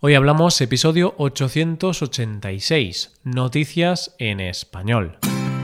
Hoy hablamos episodio 886, Noticias en Español.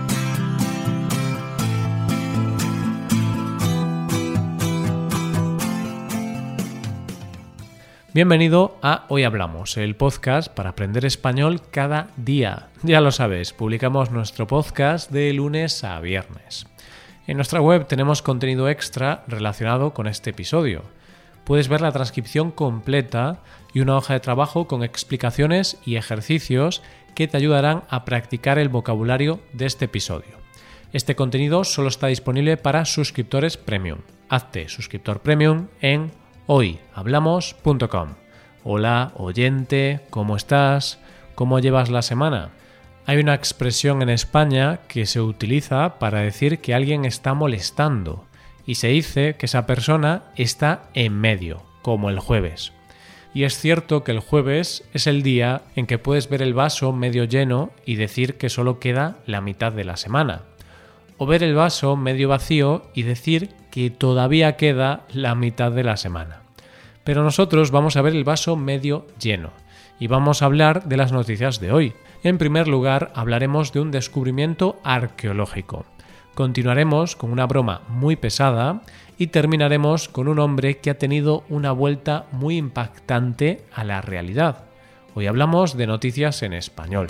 Bienvenido a Hoy Hablamos, el podcast para aprender español cada día. Ya lo sabes, publicamos nuestro podcast de lunes a viernes. En nuestra web tenemos contenido extra relacionado con este episodio. Puedes ver la transcripción completa y una hoja de trabajo con explicaciones y ejercicios que te ayudarán a practicar el vocabulario de este episodio. Este contenido solo está disponible para suscriptores premium. Hazte suscriptor premium en hoyhablamos.com. Hola, oyente, ¿cómo estás? ¿Cómo llevas la semana? Hay una expresión en España que se utiliza para decir que alguien está molestando y se dice que esa persona está en medio, como el jueves. Y es cierto que el jueves es el día en que puedes ver el vaso medio lleno y decir que solo queda la mitad de la semana. O ver el vaso medio vacío y decir que todavía queda la mitad de la semana. Pero nosotros vamos a ver el vaso medio lleno y vamos a hablar de las noticias de hoy. En primer lugar, hablaremos de un descubrimiento arqueológico. Continuaremos con una broma muy pesada y terminaremos con un hombre que ha tenido una vuelta muy impactante a la realidad. Hoy hablamos de noticias en español.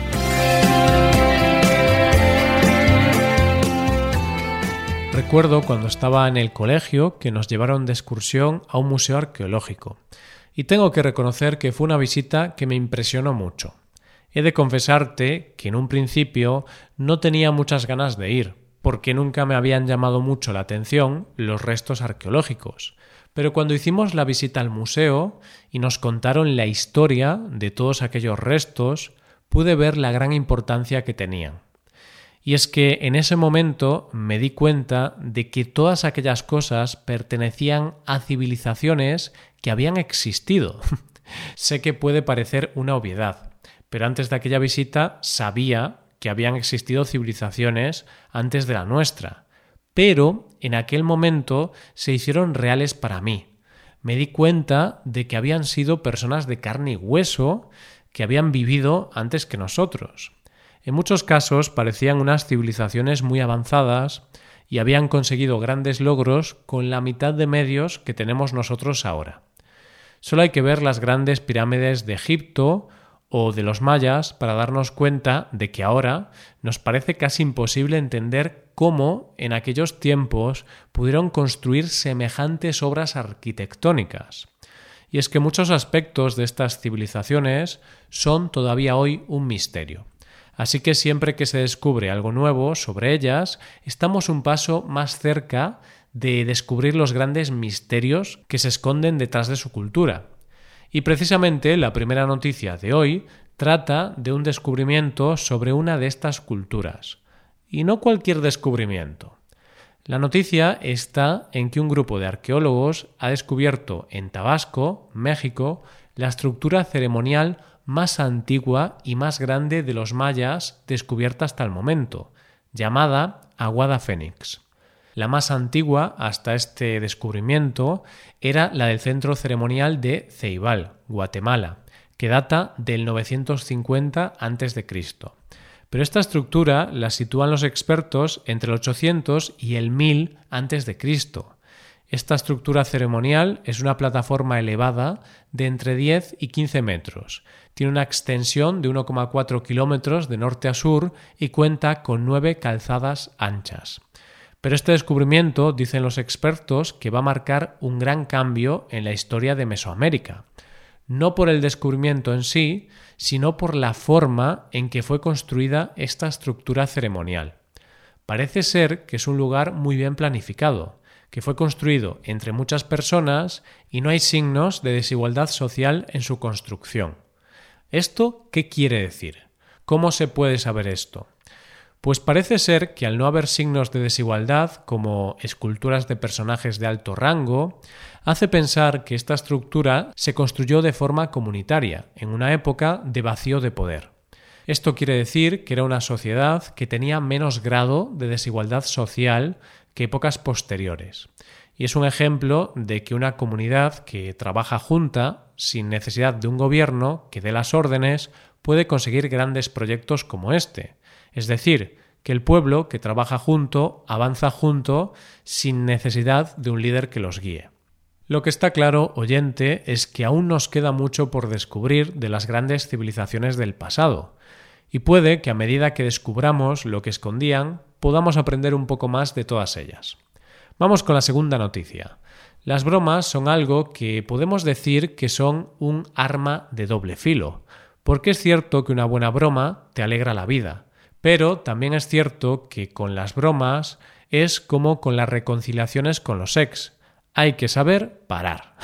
Recuerdo cuando estaba en el colegio que nos llevaron de excursión a un museo arqueológico y tengo que reconocer que fue una visita que me impresionó mucho. He de confesarte que en un principio no tenía muchas ganas de ir, porque nunca me habían llamado mucho la atención los restos arqueológicos. Pero cuando hicimos la visita al museo y nos contaron la historia de todos aquellos restos, pude ver la gran importancia que tenían. Y es que en ese momento me di cuenta de que todas aquellas cosas pertenecían a civilizaciones que habían existido. Sé que puede parecer una obviedad, pero antes de aquella visita sabía que habían existido civilizaciones antes de la nuestra, pero en aquel momento se hicieron reales para mí. Me di cuenta de que habían sido personas de carne y hueso que habían vivido antes que nosotros. En muchos casos parecían unas civilizaciones muy avanzadas y habían conseguido grandes logros con la mitad de medios que tenemos nosotros ahora. Solo hay que ver las grandes pirámides de Egipto o de los mayas para darnos cuenta de que ahora nos parece casi imposible entender cómo en aquellos tiempos pudieron construir semejantes obras arquitectónicas. Y es que muchos aspectos de estas civilizaciones son todavía hoy un misterio. Así que siempre que se descubre algo nuevo sobre ellas, estamos un paso más cerca de descubrir los grandes misterios que se esconden detrás de su cultura. Y precisamente la primera noticia de hoy trata de un descubrimiento sobre una de estas culturas. Y no cualquier descubrimiento. La noticia está en que un grupo de arqueólogos ha descubierto en Tabasco, México, la estructura ceremonial más antigua y más grande de los mayas descubierta hasta el momento, llamada Aguada Fénix. La más antigua hasta este descubrimiento era la del centro ceremonial de Ceibal, Guatemala, que data del 950 a.C. Pero esta estructura la sitúan los expertos entre el 800 y el 1000 a.C. Esta estructura ceremonial es una plataforma elevada de entre 10 y 15 metros. Tiene una extensión de 1,4 kilómetros de norte a sur y cuenta con 9 calzadas anchas. Pero este descubrimiento, dicen los expertos, que va a marcar un gran cambio en la historia de Mesoamérica. No por el descubrimiento en sí, sino por la forma en que fue construida esta estructura ceremonial. Parece ser que es un lugar muy bien planificado, que fue construido entre muchas personas y no hay signos de desigualdad social en su construcción. ¿Esto qué quiere decir? ¿Cómo se puede saber esto? Pues parece ser que al no haber signos de desigualdad, como esculturas de personajes de alto rango, hace pensar que esta estructura se construyó de forma comunitaria, en una época de vacío de poder. Esto quiere decir que era una sociedad que tenía menos grado de desigualdad social que épocas posteriores. y es un ejemplo de que una comunidad que trabaja junta, sin necesidad de un gobierno que dé las órdenes, puede conseguir grandes proyectos como este. Es decir, que el pueblo que trabaja junto avanza junto sin necesidad de un líder que los guíe. Lo que está claro, oyente, es que aún nos queda mucho por descubrir de las grandes civilizaciones del pasado, y puede que a medida que descubramos lo que escondían, podamos aprender un poco más de todas ellas. Vamos con la segunda noticia. Las bromas son algo que podemos decir que son un arma de doble filo, porque es cierto que una buena broma te alegra la vida, pero también es cierto que con las bromas es como con las reconciliaciones con los ex. Hay que saber parar.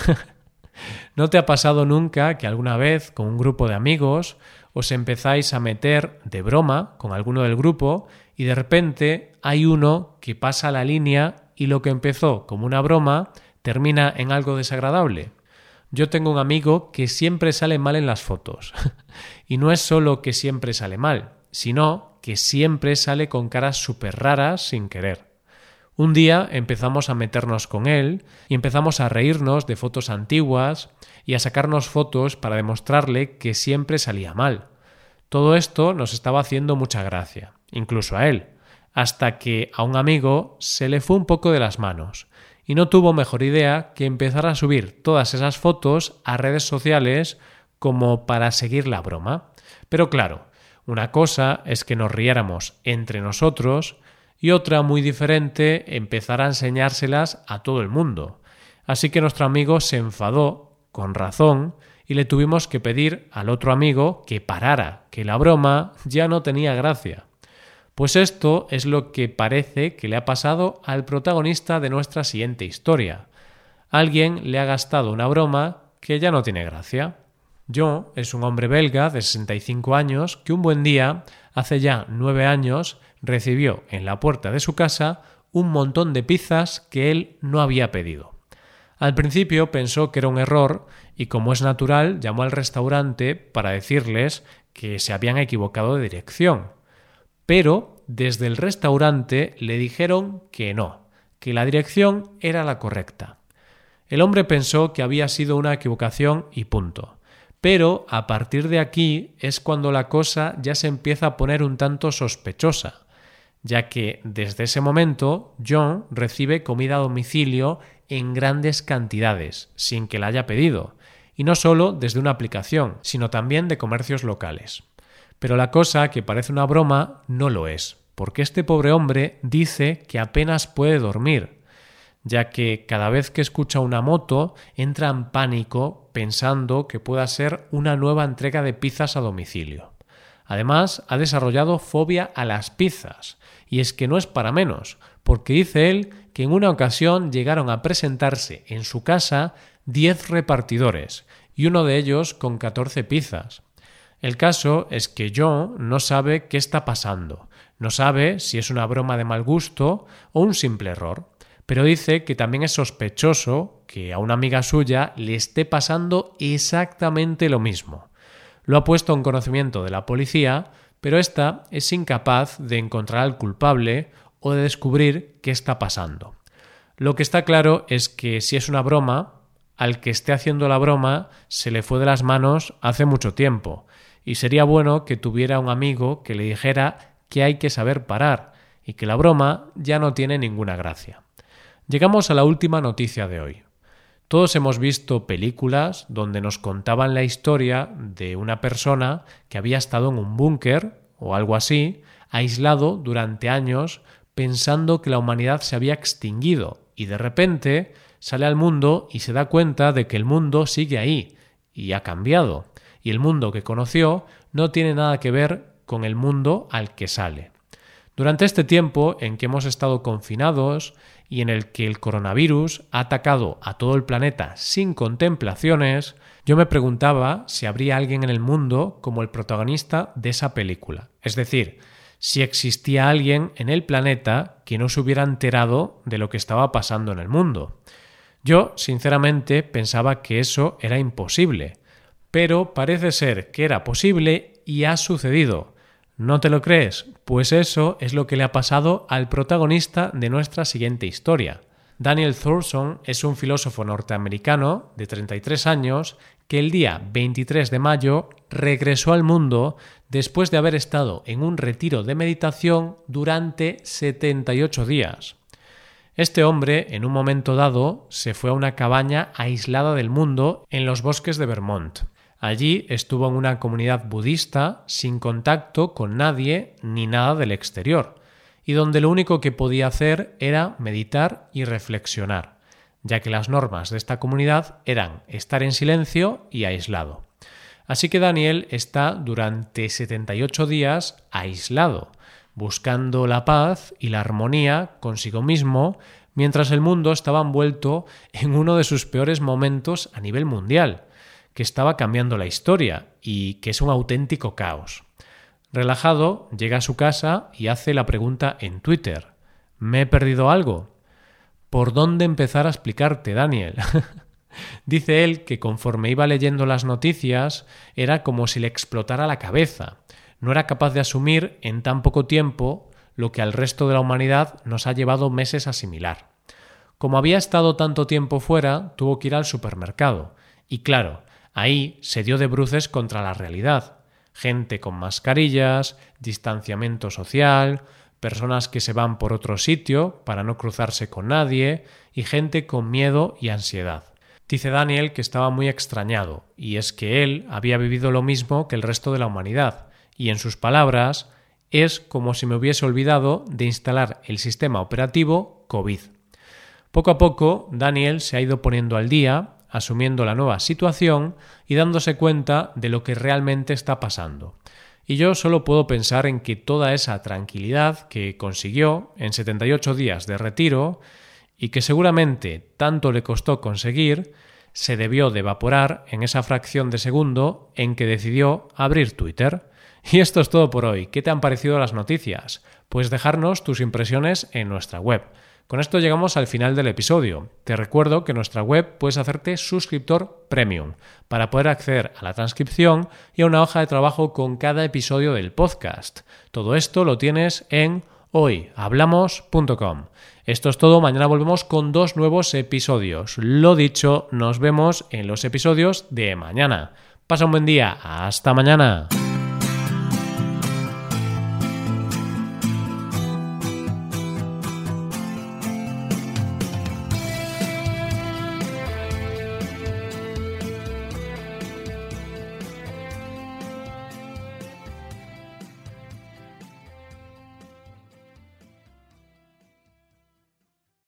¿No te ha pasado nunca que alguna vez con un grupo de amigos os empezáis a meter de broma con alguno del grupo y de repente hay uno que pasa la línea y lo que empezó como una broma termina en algo desagradable? Yo tengo un amigo que siempre sale mal en las fotos. Y no es solo que siempre sale mal, sino que siempre sale con caras súper raras sin querer. Un día empezamos a meternos con él y empezamos a reírnos de fotos antiguas y a sacarnos fotos para demostrarle que siempre salía mal. Todo esto nos estaba haciendo mucha gracia, incluso a él, hasta que a un amigo se le fue un poco de las manos y no tuvo mejor idea que empezar a subir todas esas fotos a redes sociales como para seguir la broma. Pero claro, una cosa es que nos riéramos entre nosotros y otra muy diferente empezar a enseñárselas a todo el mundo. Así que nuestro amigo se enfadó, con razón, y le tuvimos que pedir al otro amigo que parara, que la broma ya no tenía gracia. Pues esto es lo que parece que le ha pasado al protagonista de nuestra siguiente historia. Alguien le ha gastado una broma que ya no tiene gracia. John es un hombre belga de 65 años que un buen día, hace ya 9 años, recibió en la puerta de su casa un montón de pizzas que él no había pedido. Al principio pensó que era un error y, como es natural, llamó al restaurante para decirles que se habían equivocado de dirección. Pero desde el restaurante le dijeron que no, que la dirección era la correcta. El hombre pensó que había sido una equivocación y punto. Pero a partir de aquí es cuando la cosa ya se empieza a poner un tanto sospechosa, ya que desde ese momento John recibe comida a domicilio en grandes cantidades, sin que la haya pedido, y no solo desde una aplicación, sino también de comercios locales. Pero la cosa, que parece una broma, no lo es, porque este pobre hombre dice que apenas puede dormir, ya que cada vez que escucha una moto entra en pánico pensando que pueda ser una nueva entrega de pizzas a domicilio. Además, ha desarrollado fobia a las pizzas, y es que no es para menos, porque dice él que en una ocasión llegaron a presentarse en su casa 10 repartidores, y uno de ellos con 14 pizzas. El caso es que John no sabe qué está pasando, no sabe si es una broma de mal gusto o un simple error, pero dice que también es sospechoso que a una amiga suya le esté pasando exactamente lo mismo. Lo ha puesto en conocimiento de la policía, pero ésta es incapaz de encontrar al culpable o de descubrir qué está pasando. Lo que está claro es que si es una broma, al que esté haciendo la broma se le fue de las manos hace mucho tiempo, y sería bueno que tuviera un amigo que le dijera que hay que saber parar y que la broma ya no tiene ninguna gracia. Llegamos a la última noticia de hoy. Todos hemos visto películas donde nos contaban la historia de una persona que había estado en un búnker o algo así, aislado durante años, pensando que la humanidad se había extinguido, y de repente sale al mundo y se da cuenta de que el mundo sigue ahí y ha cambiado, y el mundo que conoció no tiene nada que ver con el mundo al que sale. Durante este tiempo en que hemos estado confinados y en el que el coronavirus ha atacado a todo el planeta sin contemplaciones, yo me preguntaba si habría alguien en el mundo como el protagonista de esa película. Es decir, si existía alguien en el planeta que no se hubiera enterado de lo que estaba pasando en el mundo. Yo, sinceramente, pensaba que eso era imposible, pero parece ser que era posible y ha sucedido. ¿No te lo crees? Pues eso es lo que le ha pasado al protagonista de nuestra siguiente historia. Daniel Thurston es un filósofo norteamericano de 33 años que el día 23 de mayo regresó al mundo después de haber estado en un retiro de meditación durante 78 días. Este hombre, en un momento dado, se fue a una cabaña aislada del mundo en los bosques de Vermont. Allí estuvo en una comunidad budista sin contacto con nadie ni nada del exterior, y donde lo único que podía hacer era meditar y reflexionar, ya que las normas de esta comunidad eran estar en silencio y aislado. Así que Daniel está durante 78 días aislado, buscando la paz y la armonía consigo mismo, mientras el mundo estaba envuelto en uno de sus peores momentos a nivel mundial, que estaba cambiando la historia y que es un auténtico caos. Relajado, llega a su casa y hace la pregunta en Twitter: ¿me he perdido algo? ¿Por dónde empezar a explicarte, Daniel? Dice él que conforme iba leyendo las noticias era como si le explotara la cabeza. No era capaz de asumir en tan poco tiempo lo que al resto de la humanidad nos ha llevado meses a asimilar. Como había estado tanto tiempo fuera, tuvo que ir al supermercado. Y claro, ahí se dio de bruces contra la realidad. Gente con mascarillas, distanciamiento social, personas que se van por otro sitio para no cruzarse con nadie y gente con miedo y ansiedad. Dice Daniel que estaba muy extrañado, y es que él había vivido lo mismo que el resto de la humanidad, y en sus palabras, es como si me hubiese olvidado de instalar el sistema operativo COVID. Poco a poco, Daniel se ha ido poniendo al día, asumiendo la nueva situación y dándose cuenta de lo que realmente está pasando. Y yo solo puedo pensar en que toda esa tranquilidad que consiguió en 78 días de retiro y que seguramente tanto le costó conseguir, se debió de evaporar en esa fracción de segundo en que decidió abrir Twitter. Y esto es todo por hoy. ¿Qué te han parecido las noticias? Puedes dejarnos tus impresiones en nuestra web. Con esto llegamos al final del episodio. Te recuerdo que en nuestra web puedes hacerte suscriptor premium para poder acceder a la transcripción y a una hoja de trabajo con cada episodio del podcast. Todo esto lo tienes en hoyhablamos.com. Esto es todo. Mañana volvemos con 2 nuevos episodios. Lo dicho, nos vemos en los episodios de mañana. Pasa un buen día. Hasta mañana.